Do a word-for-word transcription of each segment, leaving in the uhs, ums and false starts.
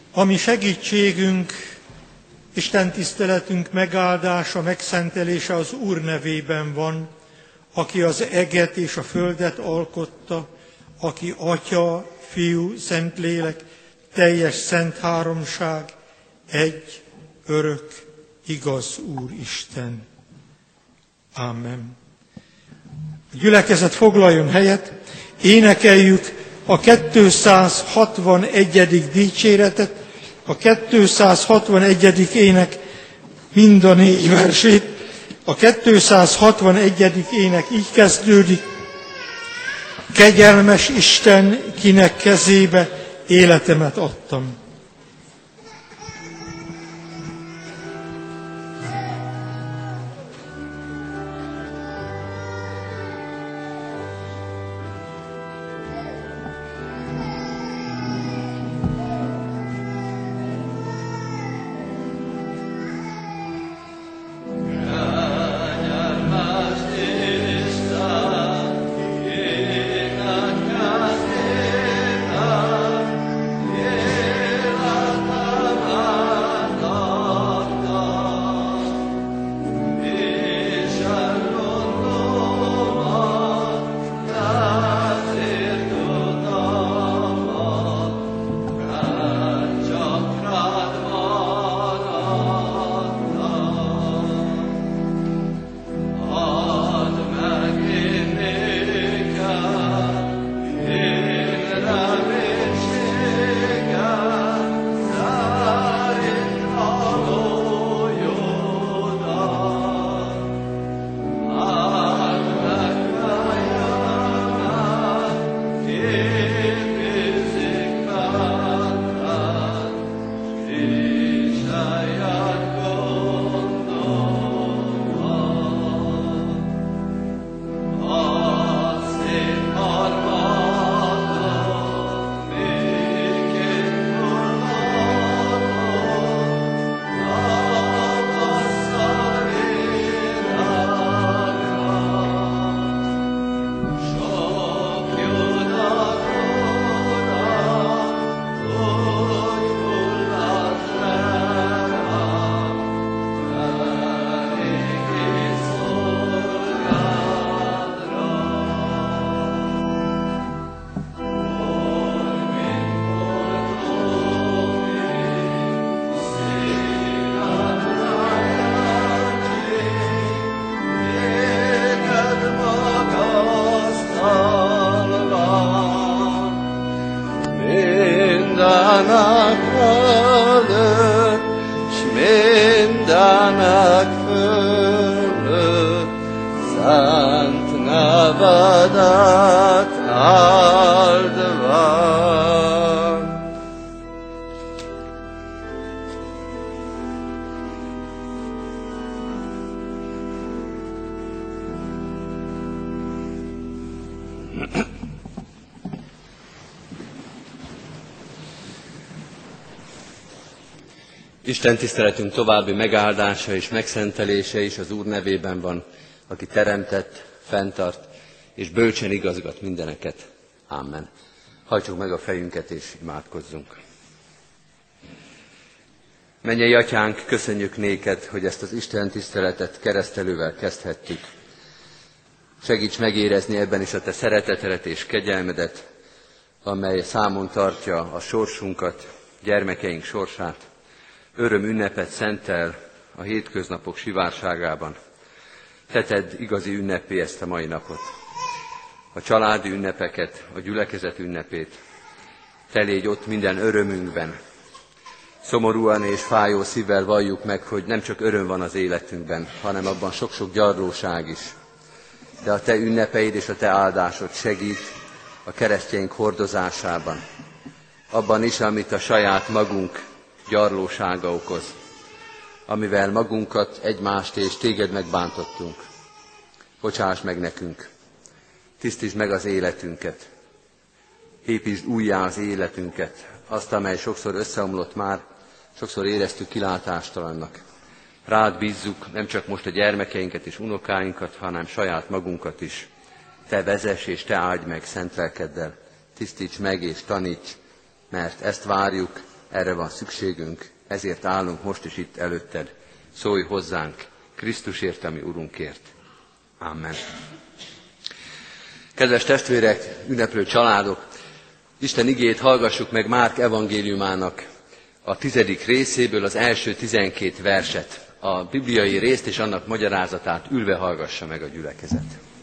Ami segítségünk, Isten tiszteletünk megáldása, megszentelése az Úr nevében van, aki az eget és a földet alkotta, aki Atya, Fiú, Szentlélek, teljes szent háromság, egy, örök, igaz Úr Isten. Ámen. A gyülekezet foglaljon helyet, énekeljük a kétszázhatvanegyedik dicséretet, a kétszázhatvanegyedik ének mind a négy versét. A kétszázhatvanegyedik ének így kezdődik: Kegyelmes Isten, kinek kezébe életemet adtam. Isten tiszteletünk további megáldása és megszentelése is az Úr nevében van, aki teremtett, fenntart és bölcsen igazgat mindeneket. Amen. Hajtsuk meg a fejünket és imádkozzunk. Mennyei Atyánk, köszönjük néked, hogy ezt az Isten tiszteletet keresztelővel kezdhettük. Segíts megérezni ebben is a te szeretetedet és kegyelmedet, amely számon tartja a sorsunkat, gyermekeink sorsát. Öröm ünnepet szentel a hétköznapok sivárságában. Te tedd igazi ünnepé ezt a mai napot. A családi ünnepeket, a gyülekezet ünnepét. Te légy ott minden örömünkben. Szomorúan és fájó szívvel valljuk meg, hogy nem csak öröm van az életünkben, hanem abban sok-sok gyarlóság is. De a te ünnepeid és a te áldásod segít a keresztjeink hordozásában. Abban is, amit a saját magunk gyarlósága okoz, amivel magunkat, egymást és téged megbántottunk. Bocsáss meg nekünk, tisztítsd meg az életünket, építsd újjá az életünket, azt, amely sokszor összeomlott már, sokszor éreztük kilátástalannak. Rád bízzuk nem csak most a gyermekeinket és unokáinkat, hanem saját magunkat is. Te vezess és te áldj meg szent lelkeddel, tisztíts meg és taníts, mert ezt várjuk erre van szükségünk, ezért állunk most is itt előtted. Szólj hozzánk Krisztusért, ami Urunkért. Amen. Kedves testvérek, ünneplő családok, Isten igéjét hallgassuk meg Márk evangéliumának a tizedik részéből az első tizenkét verset. A bibliai részt és annak magyarázatát ülve hallgassa meg a gyülekezet.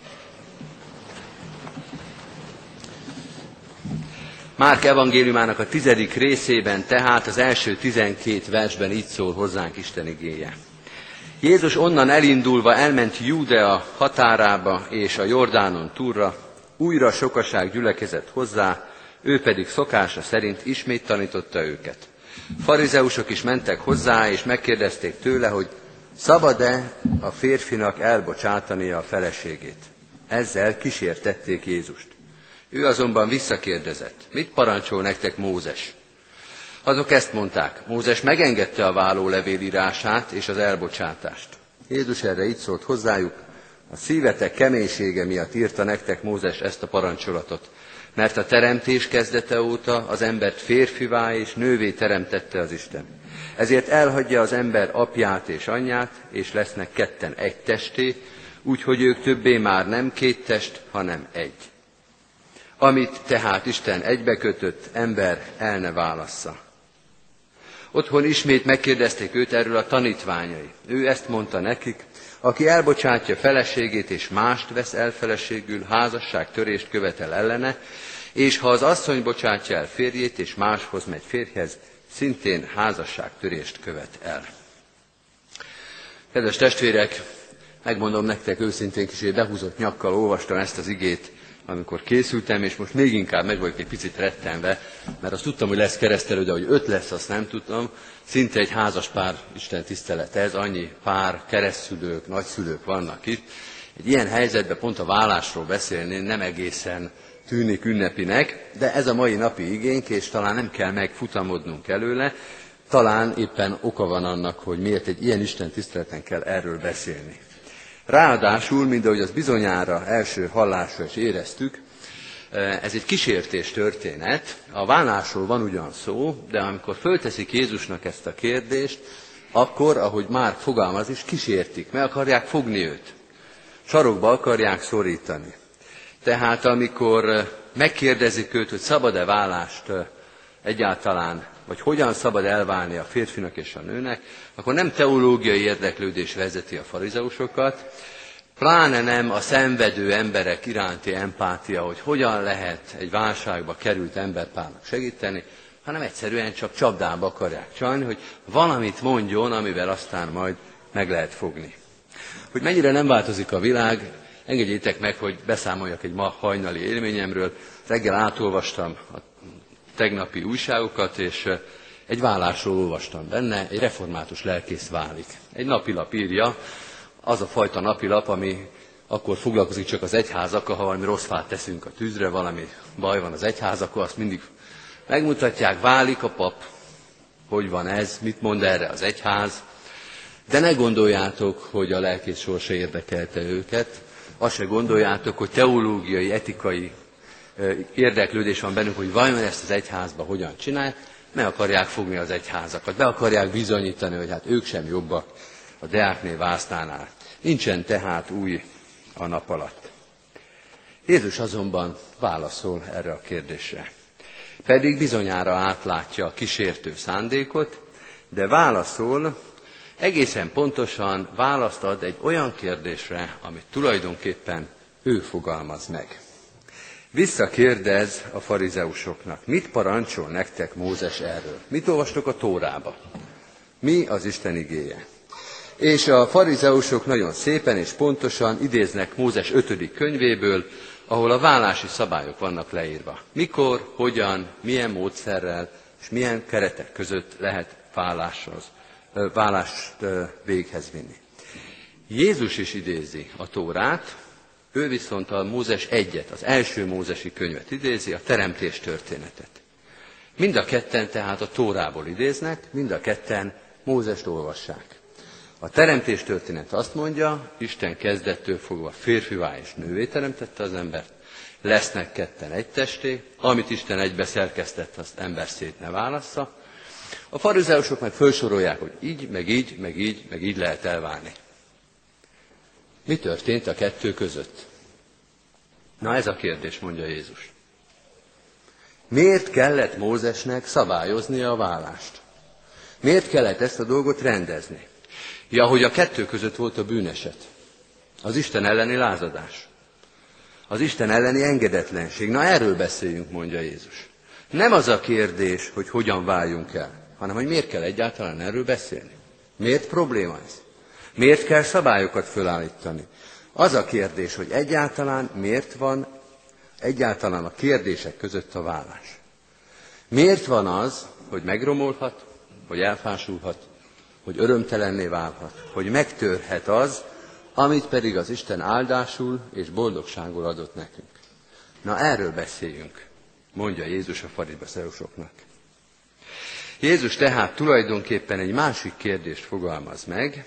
Márk evangéliumának a tizedik részében tehát az első tizenkét versben így szól hozzánk Isten igéje. Jézus onnan elindulva elment Júdea határába és a Jordánon túlra, újra sokaság gyülekezett hozzá, ő pedig szokása szerint ismét tanította őket. Farizeusok is mentek hozzá, és megkérdezték tőle, hogy szabad-e a férfinak elbocsátania a feleségét. Ezzel kísértették Jézust. Ő azonban visszakérdezett, mit parancsol nektek Mózes? Azok ezt mondták, Mózes megengedte a vállólevél írását és az elbocsátást. Jézus erre így szólt hozzájuk, a szívetek keménysége miatt írta nektek Mózes ezt a parancsolatot, mert a teremtés kezdete óta az embert férfivá és nővé teremtette az Isten. Ezért elhagyja az ember apját és anyját, és lesznek ketten egy testé, úgyhogy ők többé már nem két test, hanem egy. Amit tehát Isten egybekötött, ember el ne válassza. Otthon ismét megkérdezték őt erről a tanítványai. Ő ezt mondta nekik, aki elbocsátja feleségét és mást vesz el feleségül, házasságtörést követel ellene, és ha az asszony bocsátja el férjét és máshoz megy férjhez, szintén házasságtörést követ el. Kedves testvérek, megmondom nektek őszintén, kicsit behúzott nyakkal olvastam ezt az igét, amikor készültem, és most még inkább meg vagyok egy picit rettenve, mert azt tudtam, hogy lesz keresztelő, de hogy öt lesz, azt nem tudtam. Szinte egy házas pár Isten tisztelet ez, annyi pár, keresztszülők, nagyszülők vannak itt. Egy ilyen helyzetben pont a vállásról beszélni nem egészen tűnik ünnepinek, de ez a mai napi igénk, és talán nem kell megfutamodnunk előle, talán éppen oka van annak, hogy miért egy ilyen Isten tiszteleten kell erről beszélni. Ráadásul, mint ahogy az bizonyára első hallásra is éreztük, ez egy kísértés történet. A vállásról van ugyan szó, de amikor fölteszik Jézusnak ezt a kérdést, akkor, ahogy Márk fogalmaz is, kísértik, meg akarják fogni őt. Sarokba akarják szorítani. Tehát amikor megkérdezik őt, hogy szabad-e vállást egyáltalán, vagy hogyan szabad elválni a férfinak és a nőnek, akkor nem teológiai érdeklődés vezeti a farizeusokat, pláne nem a szenvedő emberek iránti empátia, hogy hogyan lehet egy válságba került emberpárnak segíteni, hanem egyszerűen csak csapdába akarják csalni, hogy valamit mondjon, amivel aztán majd meg lehet fogni. Hogy mennyire nem változik a világ, engedjétek meg, hogy beszámoljak egy ma hajnali élményemről. Reggel átolvastam a tegnapi újságokat, és egy vállásról olvastam benne, egy református lelkész válik. Egy napilap írja, az a fajta napilap, ami akkor foglalkozik csak az egyházakkal, ha valami rossz fát teszünk a tűzre, valami baj van az egyházakkal, azt mindig megmutatják, válik a pap, hogy van ez, mit mond erre az egyház. De ne gondoljátok, hogy a lelkész sorsa érdekelte őket, azt se gondoljátok, hogy teológiai, etikai érdeklődés van bennük, hogy vajon ezt az egyházba hogyan csinálják, meg akarják fogni az egyházakat, be akarják bizonyítani, hogy hát ők sem jobbak a Deákné Vásznánál. Nincsen tehát új a nap alatt. Jézus azonban válaszol erre a kérdésre. Pedig bizonyára átlátja a kísértő szándékot, de válaszol, egészen pontosan választ ad egy olyan kérdésre, amit tulajdonképpen ő fogalmaz meg. Visszakérdez a farizeusoknak, mit parancsol nektek Mózes erről? Mit olvastok a Tórába? Mi az Isten igéje? És a farizeusok nagyon szépen és pontosan idéznek Mózes ötödik könyvéből, ahol a vállási szabályok vannak leírva. Mikor, hogyan, milyen módszerrel és milyen keretek között lehet válláshoz, vállást véghez vinni. Jézus is idézi a Tórát, ő viszont a Mózes egyet, az első mózesi könyvet idézi, a teremtés történetet. Mind a ketten tehát a Tórából idéznek, mind a ketten Mózest olvassák. A teremtés történet azt mondja, Isten kezdettől fogva férfivá és nővé teremtette az embert, lesznek ketten egy testé, amit Isten egybe szerkesztett, azt ember szét ne válassza, A farizeusok meg felsorolják, hogy így, meg így, meg így, meg így lehet elválni. Mi történt a kettő között? Na ez a kérdés, mondja Jézus. Miért kellett Mózesnek szabályoznia a vállást? Miért kellett ezt a dolgot rendezni? Ja, hogy a kettő között volt a bűneset. Az Isten elleni lázadás. Az Isten elleni engedetlenség. Na erről beszéljünk, mondja Jézus. Nem az a kérdés, hogy hogyan váljunk el, hanem hogy miért kell egyáltalán erről beszélni. Miért probléma ez? Miért kell szabályokat fölállítani? Az a kérdés, hogy egyáltalán miért van egyáltalán a kérdések között a vállás. Miért van az, hogy megromolhat, hogy elfásulhat, hogy örömtelenné válhat, hogy megtörhet az, amit pedig az Isten áldásul és boldogságul adott nekünk. Na erről beszéljünk, mondja Jézus a farizeusoknak. Jézus tehát tulajdonképpen egy másik kérdést fogalmaz meg.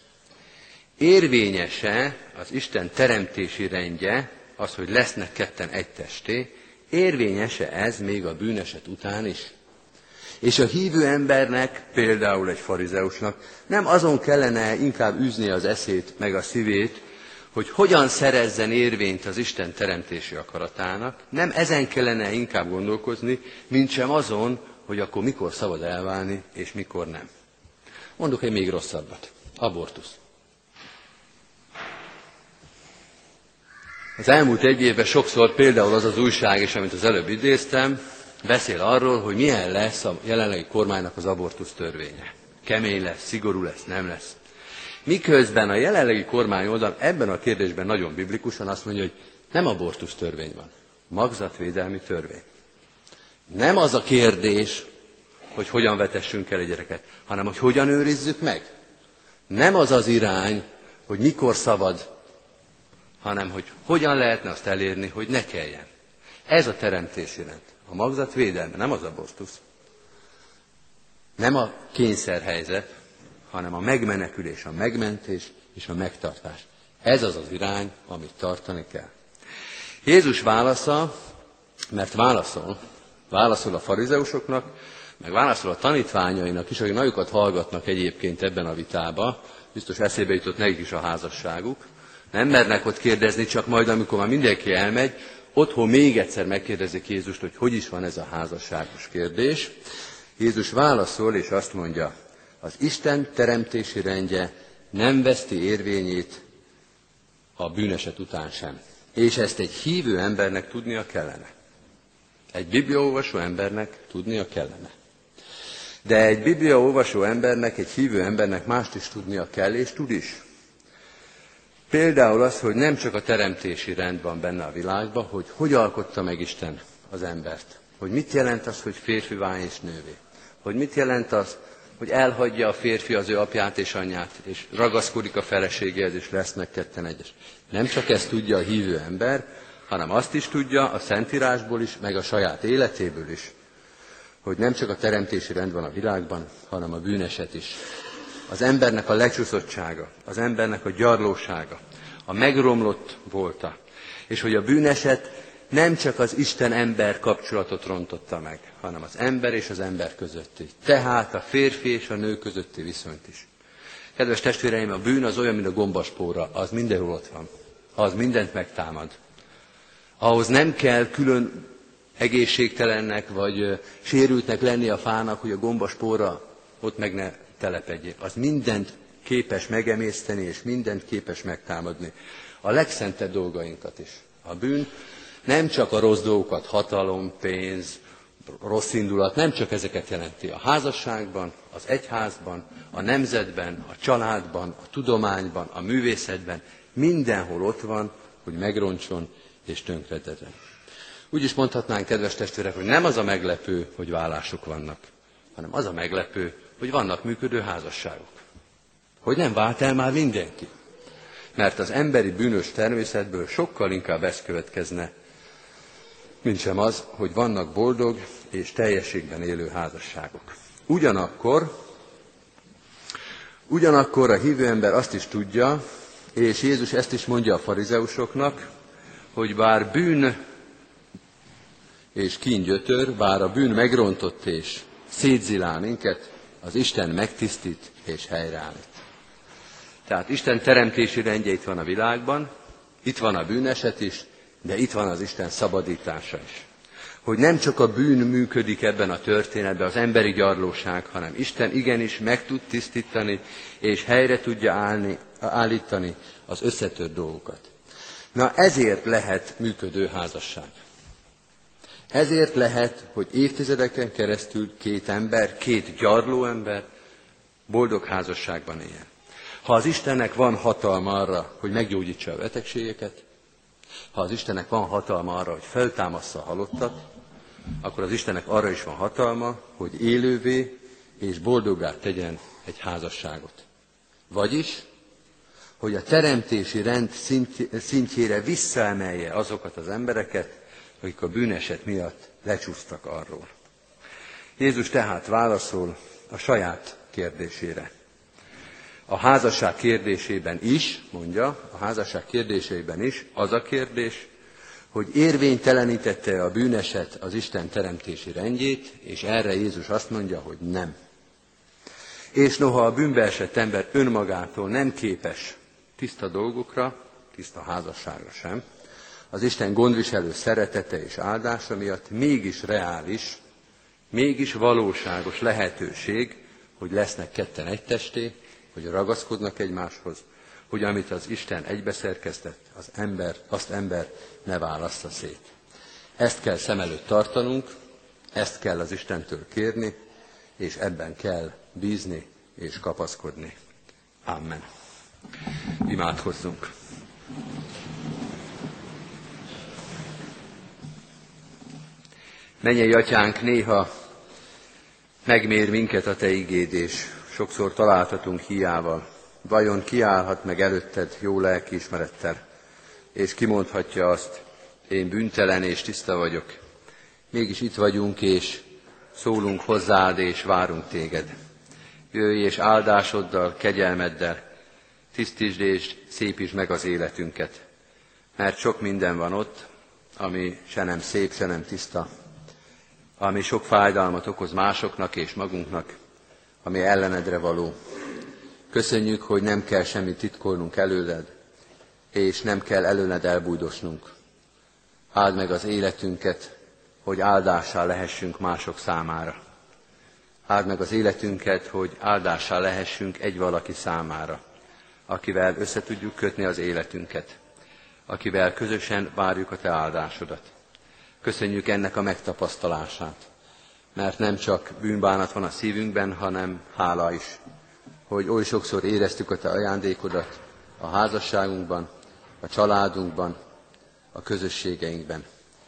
Érvényes-e az Isten teremtési rendje, az, hogy lesznek ketten egy testé, érvényes-e ez még a bűneset után is? És a hívő embernek, például egy farizeusnak nem azon kellene inkább űzni az eszét meg a szívét, hogy hogyan szerezzen érvényt az Isten teremtési akaratának, nem ezen kellene inkább gondolkozni, mint sem azon, hogy akkor mikor szabad elválni, és mikor nem. Mondok egy még rosszabbat. Abortusz. Az elmúlt egy évben sokszor például az az újság is, amit az előbb idéztem, beszél arról, hogy milyen lesz a jelenlegi kormánynak az abortusz törvénye. Kemény lesz, szigorú lesz, nem lesz. Miközben a jelenlegi kormány oldal ebben a kérdésben nagyon biblikusan azt mondja, hogy nem abortusz törvény van, magzatvédelmi törvény. Nem az a kérdés, hogy hogyan vetessünk el egy gyereket, hanem hogy hogyan őrizzük meg. Nem az az irány, hogy mikor szabad, hanem hogy hogyan lehetne azt elérni, hogy ne kelljen. Ez a teremtési rend. A magzatvédelme, nem az abortusz. Nem a kényszerhelyzet, hanem a megmenekülés, a megmentés és a megtartás. Ez az az irány, amit tartani kell. Jézus válasza, mert válaszol, válaszol a farizeusoknak, meg válaszol a tanítványainak is, akik nagyokat hallgatnak egyébként ebben a vitába, biztos eszébe jutott nekik is a házasságuk. Nem mernek ott kérdezni, csak majd, amikor már mindenki elmegy, otthon még egyszer megkérdezik Jézust, hogy hogy is van ez a házasságos kérdés. Jézus válaszol, és azt mondja, az Isten teremtési rendje nem veszti érvényét a bűneset után sem. És ezt egy hívő embernek tudnia kellene. Egy bibliaolvasó embernek tudnia kellene. De egy bibliaolvasó embernek, egy hívő embernek mást is tudnia kell, és tud is. Például az, hogy nem csak a teremtési rend van benne a világban, hogy hogy alkotta meg Isten az embert. Hogy mit jelent az, hogy férfivá és nővé. Hogy mit jelent az, hogy elhagyja a férfi az ő apját és anyját, és ragaszkodik a feleségéhez, és lesznek ketten egyes. Nem csak ezt tudja a hívő ember, hanem azt is tudja a Szentírásból is, meg a saját életéből is, hogy nem csak a teremtési rend van a világban, hanem a bűneset is. Az embernek a lecsúszottsága, az embernek a gyarlósága, a megromlott volta, és hogy a bűneset nem csak az Isten-ember kapcsolatot rontotta meg, hanem az ember és az ember közötti. Tehát a férfi és a nő közötti viszonyt is. Kedves testvéreim, a bűn az olyan, mint a gombaspóra, az mindenhol ott van. Az mindent megtámad. Ahhoz nem kell külön egészségtelennek vagy sérültnek lenni a fának, hogy a gombaspóra ott meg ne telepedjék. Az mindent képes megemészteni, és mindent képes megtámadni. A legszentebb dolgainkat is. A bűn nem csak a rossz dolgokat, hatalom, pénz, rossz indulat, nem csak ezeket jelenti. A házasságban, az egyházban, a nemzetben, a családban, a tudományban, a művészetben, mindenhol ott van, hogy megroncson és tönkretegyen. Úgy is mondhatnánk, kedves testvérek, hogy nem az a meglepő, hogy vállások vannak, hanem az a meglepő, hogy vannak működő házasságok. Hogy nem vált el már mindenki. Mert az emberi bűnös természetből sokkal inkább ez következne, mint sem az, hogy vannak boldog és teljességben élő házasságok. Ugyanakkor, ugyanakkor a hívő ember azt is tudja, és Jézus ezt is mondja a farizeusoknak, hogy bár bűn és kíngyötör, bár a bűn megrontott és szétzilál minket, az Isten megtisztít és helyreállít. Tehát Isten teremtési rendje itt van a világban, itt van a bűneset is, de itt van az Isten szabadítása is. Hogy nem csak a bűn működik ebben a történetben, az emberi gyarlóság, hanem Isten igenis meg tud tisztítani, és helyre tudja állni, állítani az összetört dolgokat. Na ezért lehet működő házasság. Ezért lehet, hogy évtizedeken keresztül két ember, két gyarló ember boldog házasságban éljen. Ha az Istennek van hatalma arra, hogy meggyógyítsa a betegségeket, ha az Istennek van hatalma arra, hogy feltámassza a halottat, akkor az Istennek arra is van hatalma, hogy élővé és boldoggá tegyen egy házasságot. Vagyis, hogy a teremtési rend szintjére visszaemelje azokat az embereket, akik a bűneset miatt lecsúsztak arról. Jézus tehát válaszol a saját kérdésére. A házasság kérdésében is, mondja, a házasság kérdésében is az a kérdés, hogy érvénytelenítette a bűneset az Isten teremtési rendjét, és erre Jézus azt mondja, hogy nem. És noha a bűnbe esett ember önmagától nem képes tiszta dolgokra, tiszta házasságra sem, az Isten gondviselő szeretete és áldása miatt mégis reális, mégis valóságos lehetőség, hogy lesznek ketten egy testé, hogy ragaszkodnak egymáshoz, hogy amit az Isten egybeszerkesztett, az ember, azt ember ne válassza szét. Ezt kell szem előtt tartanunk, ezt kell az Istentől kérni, és ebben kell bízni és kapaszkodni. Amen. Imádkozzunk. Mennyei Atyánk, néha megmér minket a Te igéd, és sokszor találtatunk hiával. Vajon kiállhat meg előtted jó lelkiismerettel, és kimondhatja azt, én bűntelen és tiszta vagyok. Mégis itt vagyunk, és szólunk hozzád, és várunk téged. Jöjj, és áldásoddal, kegyelmeddel tisztítsd és szépítsd meg az életünket. Mert sok minden van ott, ami se nem szép, se nem tiszta, ami sok fájdalmat okoz másoknak és magunknak, ami ellenedre való. Köszönjük, hogy nem kell semmit titkolnunk előled, és nem kell előled elbújdosnunk. Áld meg az életünket, hogy áldássá lehessünk mások számára. Áld meg az életünket, hogy áldássá lehessünk egy valaki számára, akivel össze tudjuk kötni az életünket, akivel közösen várjuk a Te áldásodat. Köszönjük ennek a megtapasztalását, mert nem csak bűnbánat van a szívünkben, hanem hála is, hogy oly sokszor éreztük a Te ajándékodat a házasságunkban, a családunkban, a közösségeinkben.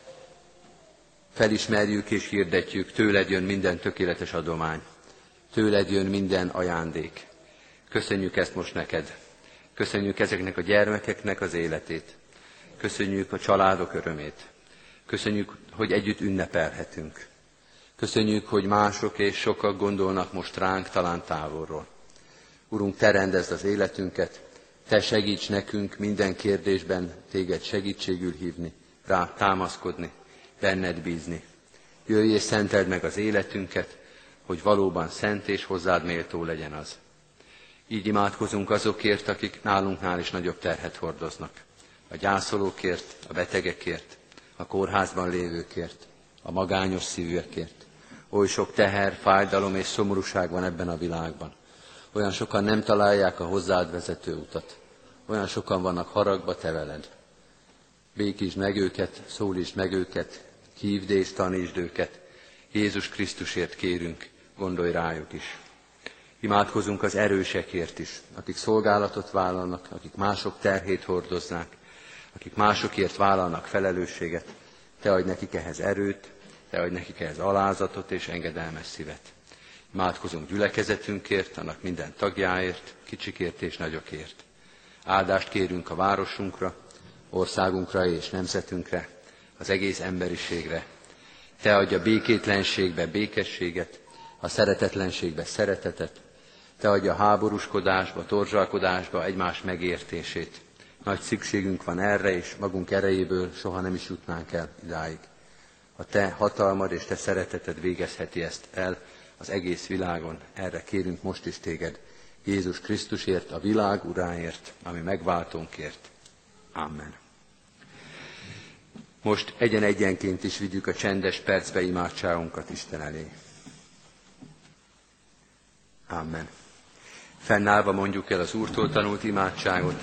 Felismerjük és hirdetjük, tőled jön minden tökéletes adomány, tőled jön minden ajándék. Köszönjük ezt most neked. Köszönjük ezeknek a gyermekeknek az életét. Köszönjük a családok örömét. Köszönjük, hogy együtt ünnepelhetünk. Köszönjük, hogy mások és sokak gondolnak most ránk, talán távolról. Urunk, Te rendezd az életünket, Te segíts nekünk minden kérdésben Téged segítségül hívni, rá támaszkodni, benned bízni. Jöjj és szenteld meg az életünket, hogy valóban szent és hozzád méltó legyen az. Így imádkozunk azokért, akik nálunknál is nagyobb terhet hordoznak. A gyászolókért, a betegekért, a kórházban lévőkért, a magányos szívűekért. Oly sok teher, fájdalom és szomorúság van ebben a világban. Olyan sokan nem találják a hozzád vezető utat. Olyan sokan vannak haragba te veled. Békítsd meg őket, szólítsd meg őket, hívd és tanítsd őket. Jézus Krisztusért kérünk, gondolj rájuk is. Imádkozunk az erősekért is, akik szolgálatot vállalnak, akik mások terhét hordoznák, akik másokért vállalnak felelősséget. Te adj nekik ehhez erőt, Te adj nekik ehhez alázatot és engedelmes szívet. Imádkozunk gyülekezetünkért, annak minden tagjáért, kicsikért és nagyokért. Áldást kérünk a városunkra, országunkra és nemzetünkre, az egész emberiségre. Te adj a békétlenségbe békességet, a szeretetlenségbe szeretetet. Te adj a háborúskodásba, torzsalkodásba egymás megértését. Nagy szükségünk van erre, és magunk erejéből soha nem is jutnánk el idáig. A Te hatalmad és Te szereteted végezheti ezt el az egész világon. Erre kérünk most is téged, Jézus Krisztusért, a világ uráért, ami megváltónkért. Amen. Most egyen-egyenként is vigyük a csendes percbe imádságunkat Isten elé. Amen. Fennállva mondjuk el az Úrtól tanult imádságot.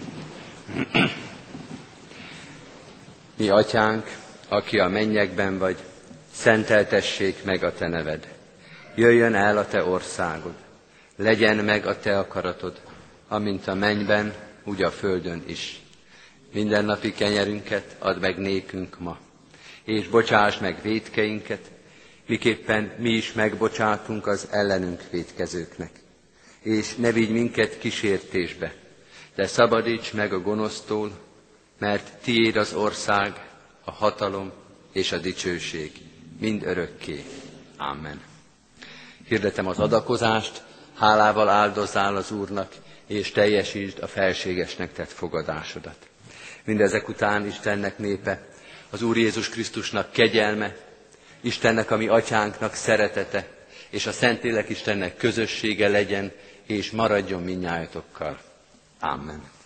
Mi atyánk, aki a mennyekben vagy, szenteltessék meg a te neved. Jöjjön el a te országod. Legyen meg a te akaratod, amint a mennyben, úgy a földön is. Mindennapi kenyerünket add meg nékünk ma, és bocsáss meg vétkeinket, miképpen mi is megbocsátunk az ellenünk vétkezőknek. És ne vigy minket kísértésbe, de szabadíts meg a gonosztól, mert tiéd az ország, a hatalom és a dicsőség, mind örökké. Amen. Hirdetem az adakozást, hálával áldozzál az Úrnak, és teljesítsd a felségesnek tett fogadásodat. Mindezek után Istennek népe, az Úr Jézus Krisztusnak kegyelme, Istennek, a mi atyánknak szeretete, és a Szentlélek Istennek közössége legyen, és maradjon mindnyájatokkal. Amen.